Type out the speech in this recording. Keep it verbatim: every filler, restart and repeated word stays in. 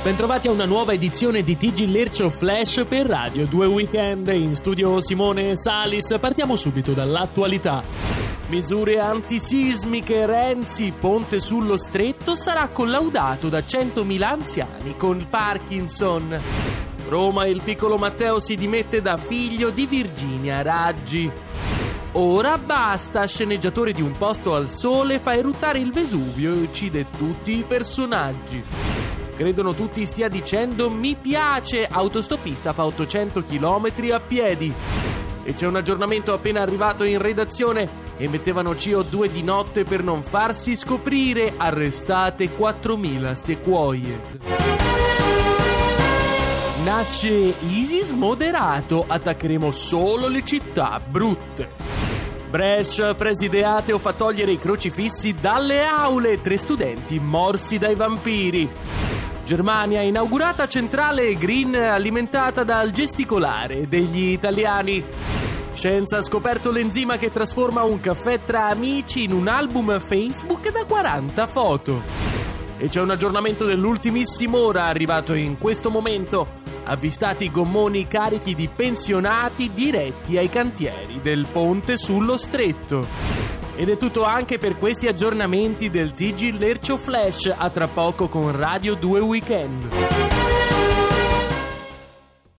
Bentrovati a una nuova edizione di T G Lercio Flash per Radio due Weekend. In studio Simone Salis. Partiamo subito dall'attualità. Misure antisismiche. Renzi, ponte sullo stretto sarà collaudato da centomila anziani con Parkinson. Roma, il piccolo Matteo si dimette da figlio di Virginia Raggi. Ora basta, sceneggiatore di Un posto al sole fa eruttare il Vesuvio e uccide tutti i personaggi. Credono tutti stia dicendo mi piace, autostoppista fa ottocento chilometri a piedi. E c'è un aggiornamento appena arrivato in redazione: emettevano C O due di notte per non farsi scoprire, arrestate quattromila sequoie. Nasce ISIS moderato, attaccheremo solo le città brutte. Brescia, presideateo fa togliere i crocifissi dalle aule, tre studenti morsi dai vampiri. Germania, inaugurata centrale green alimentata dal gesticolare degli italiani. Scienza ha scoperto l'enzima che trasforma un caffè tra amici in un album Facebook da quaranta foto. E c'è un aggiornamento dell'ultimissima ora arrivato in questo momento. Avvistati gommoni carichi di pensionati diretti ai cantieri del ponte sullo stretto. Ed è tutto anche per questi aggiornamenti del T G Lercio Flash. A tra poco con Radio due Weekend.